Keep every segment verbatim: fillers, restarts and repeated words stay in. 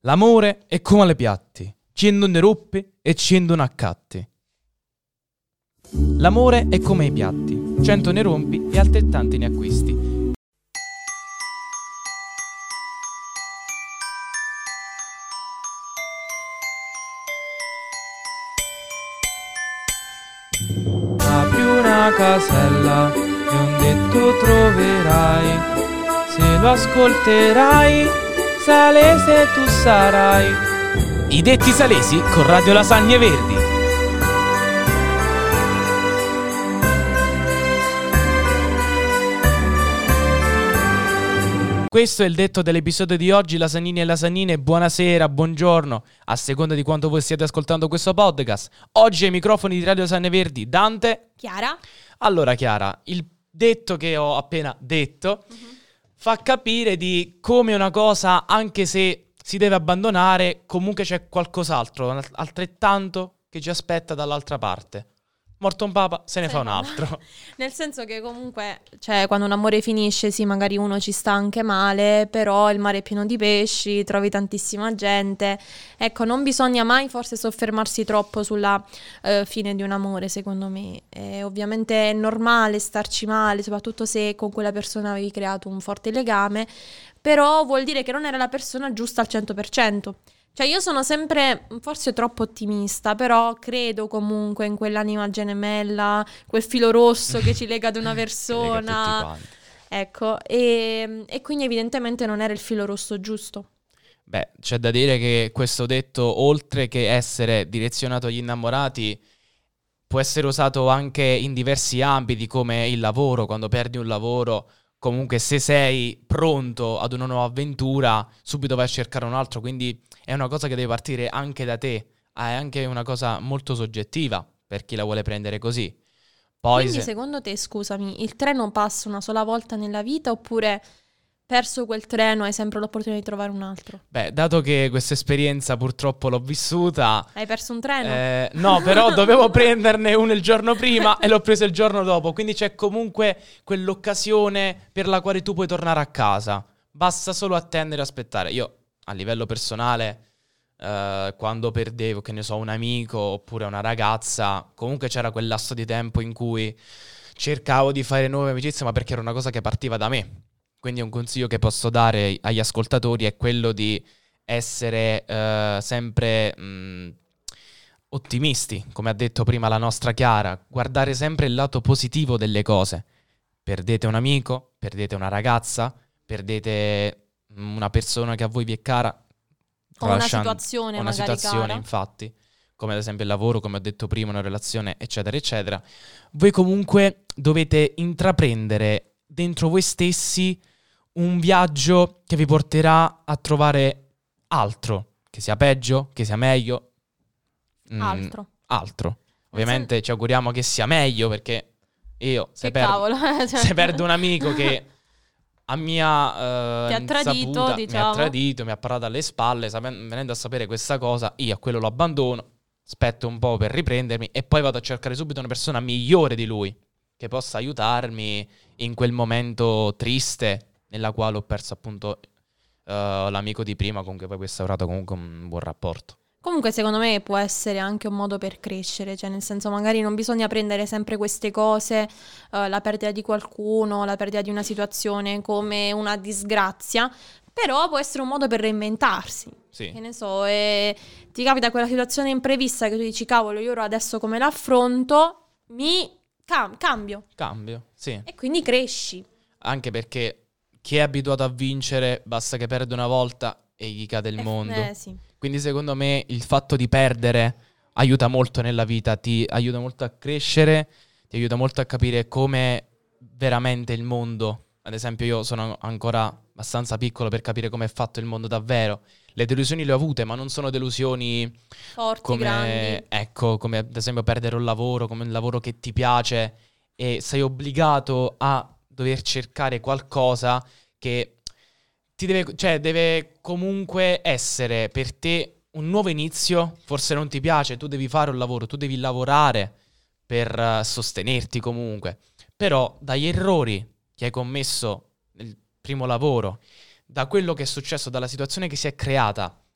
L'amore è come le piatti, cento ne ruppi e cento ne accatti. L'amore è come i piatti, cento ne rompi e altrettanti ne acquisti. Apri una casella e un detto troverai, se lo ascolterai, salese tu sarai. I detti salesi con Radio Lasagne Verdi. Questo è il detto dell'episodio di oggi, lasagnini e lasagnine, buonasera, buongiorno, a seconda di quanto voi stiate ascoltando questo podcast. Oggi ai microfoni di Radio Lasagne Verdi, Dante. Chiara. Allora Chiara, il detto che ho appena detto uh-huh. fa capire di come una cosa, anche se si deve abbandonare, comunque c'è qualcos'altro, altrettanto, che ci aspetta dall'altra parte. Morto un papa, se ne sì, fa un altro. Nel senso che comunque, cioè, quando un amore finisce, sì, magari uno ci sta anche male, però il mare è pieno di pesci, trovi tantissima gente. Ecco, non bisogna mai forse soffermarsi troppo sulla eh, fine di un amore, secondo me. E ovviamente è normale starci male, soprattutto se con quella persona avevi creato un forte legame, però vuol dire che non era la persona giusta al cento per cento. Cioè io sono sempre forse troppo ottimista, però credo comunque in quell'anima gemella, quel filo rosso che ci lega ad una persona. Ecco, e, e quindi evidentemente non era il filo rosso giusto. Beh, c'è da dire che questo detto, oltre che essere direzionato agli innamorati, può essere usato anche in diversi ambiti, come il lavoro. Quando perdi un lavoro, comunque se sei pronto ad una nuova avventura, subito vai a cercare un altro, quindi è una cosa che deve partire anche da te, è anche una cosa molto soggettiva per chi la vuole prendere così. Poi Quindi se... secondo te, scusami, il treno passa una sola volta nella vita oppure perso quel treno hai sempre l'opportunità di trovare un altro? Beh, dato che questa esperienza purtroppo l'ho vissuta... Hai perso un treno? Eh, no, però dovevo prenderne uno il giorno prima e l'ho preso il giorno dopo, quindi c'è comunque quell'occasione per la quale tu puoi tornare a casa. Basta solo attendere e aspettare. Io... a livello personale, eh, quando perdevo, che ne so, un amico oppure una ragazza, comunque c'era quel lasso di tempo in cui cercavo di fare nuove amicizie, ma perché era una cosa che partiva da me. Quindi un consiglio che posso dare agli ascoltatori è quello di essere eh, sempre mh, ottimisti, come ha detto prima la nostra Chiara, guardare sempre il lato positivo delle cose. Perdete un amico, perdete una ragazza, perdete una persona che a voi vi è cara, o una situazione una magari situazione cara. Infatti, come ad esempio il lavoro, come ho detto prima, una relazione, eccetera eccetera, voi comunque dovete intraprendere dentro voi stessi un viaggio che vi porterà a trovare altro, che sia peggio, che sia meglio, mm, altro altro ovviamente ci auguriamo che sia meglio, perché io se, che cavolo, per- cioè... se perdo un amico che a mia uh, ti ha tradito, insaputa, diciamo. mi ha tradito, mi ha parlato alle spalle, sapen- venendo a sapere questa cosa, io a quello lo abbandono, aspetto un po' per riprendermi e poi vado a cercare subito una persona migliore di lui, che possa aiutarmi in quel momento triste nella quale ho perso appunto uh, l'amico di prima, con cui poi ho instaurato comunque un buon rapporto. Comunque secondo me può essere anche un modo per crescere, cioè nel senso magari non bisogna prendere sempre queste cose, uh, la perdita di qualcuno, la perdita di una situazione come una disgrazia, però può essere un modo per reinventarsi. Sì. Che ne so, e ti capita quella situazione imprevista che tu dici cavolo io ora adesso come l'affronto, mi cam- cambio. Cambio, sì. E quindi cresci. Anche perché chi è abituato a vincere basta che perde una volta e gli cade il Eh, mondo. eh, sì. Quindi secondo me il fatto di perdere aiuta molto nella vita, ti aiuta molto a crescere, ti aiuta molto a capire come veramente il mondo. Ad esempio io sono ancora abbastanza piccolo per capire come è fatto il mondo davvero. Le delusioni le ho avute, ma non sono delusioni forti, come, grandi. ecco, come ad esempio perdere un lavoro, come un lavoro che ti piace e sei obbligato a dover cercare qualcosa che ti deve, cioè deve comunque essere per te un nuovo inizio. Forse non ti piace, tu devi fare un lavoro, tu devi lavorare per uh, sostenerti comunque. Però dagli errori che hai commesso nel primo lavoro, da quello che è successo, dalla situazione che si è creata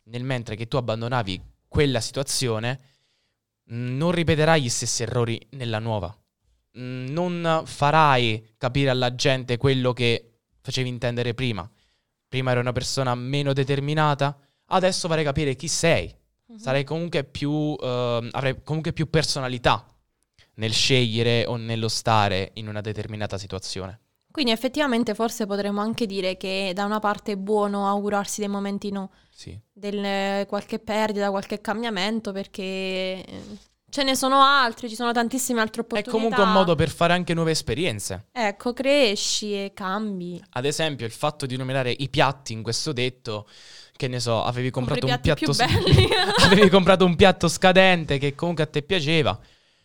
nel mentre che tu abbandonavi quella situazione, non ripeterai gli stessi errori nella nuova. Non farai capire alla gente quello che facevi intendere prima. Prima eri una persona meno determinata, adesso farai capire chi sei. Mm-hmm. Sarai comunque più, uh, avrai comunque più personalità nel scegliere o nello stare in una determinata situazione. Quindi effettivamente forse potremmo anche dire che da una parte è buono augurarsi dei momenti no, sì. del qualche perdita, qualche cambiamento, perché ce ne sono altri, ci sono tantissime altre opportunità. È comunque un modo per fare anche nuove esperienze. Ecco, cresci e cambi. Ad esempio, il fatto di nominare i piatti in questo detto, che ne so, avevi comprato un piatto più belli. avevi comprato un piatto scadente che comunque a te piaceva.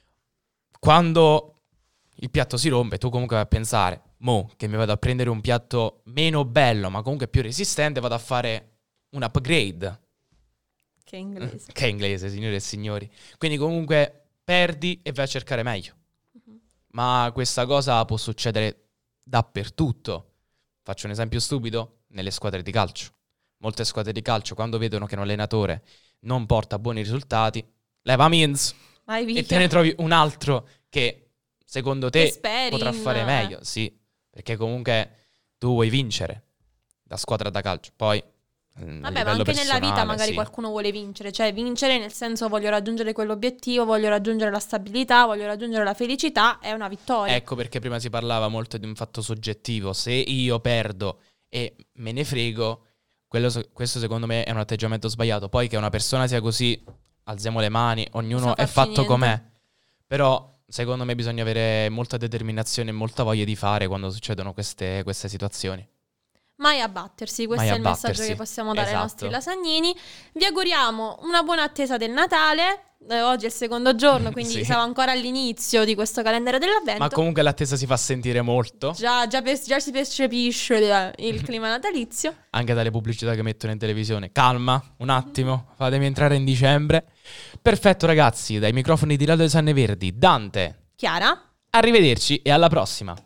Quando il piatto si rompe, tu comunque vai a pensare, mo che mi vado a prendere un piatto meno bello, ma comunque più resistente, vado a fare un upgrade. Che inglese. Che inglese, signore e signori. Quindi comunque perdi e vai a cercare meglio. Uh-huh. Ma questa cosa può succedere dappertutto. Faccio un esempio stupido, nelle squadre di calcio. Molte squadre di calcio, quando vedono che un allenatore non porta buoni risultati, leva Means e te ne trovi un altro che secondo te potrà fare meglio. Sì, perché comunque tu vuoi vincere da squadra da calcio. Poi vabbè, ma anche nella vita magari sì. Qualcuno vuole vincere, cioè vincere nel senso voglio raggiungere quell'obiettivo, voglio raggiungere la stabilità, voglio raggiungere la felicità, è una vittoria. Ecco perché prima si parlava molto di un fatto soggettivo. Se io perdo e me ne frego, quello, questo secondo me è un atteggiamento sbagliato. Poi che una persona sia così, alziamo le mani, ognuno è fatto niente. Com'è. Però secondo me bisogna avere molta determinazione e molta voglia di fare quando succedono queste, queste situazioni. Mai abbattersi, questo Mai è il abbattersi. messaggio che possiamo dare Esatto. ai nostri lasagnini. Vi auguriamo una buona attesa del Natale. Eh, oggi è il secondo giorno, quindi sì. siamo ancora all'inizio di questo calendario dell'avvento. Ma comunque l'attesa si fa sentire molto. Già, già, già si percepisce il clima natalizio. Anche dalle pubblicità che mettono in televisione. Calma, un attimo, fatemi entrare in dicembre. Perfetto ragazzi, dai microfoni di Radio Sanne Verdi, Dante, Chiara. arrivederci e alla prossima.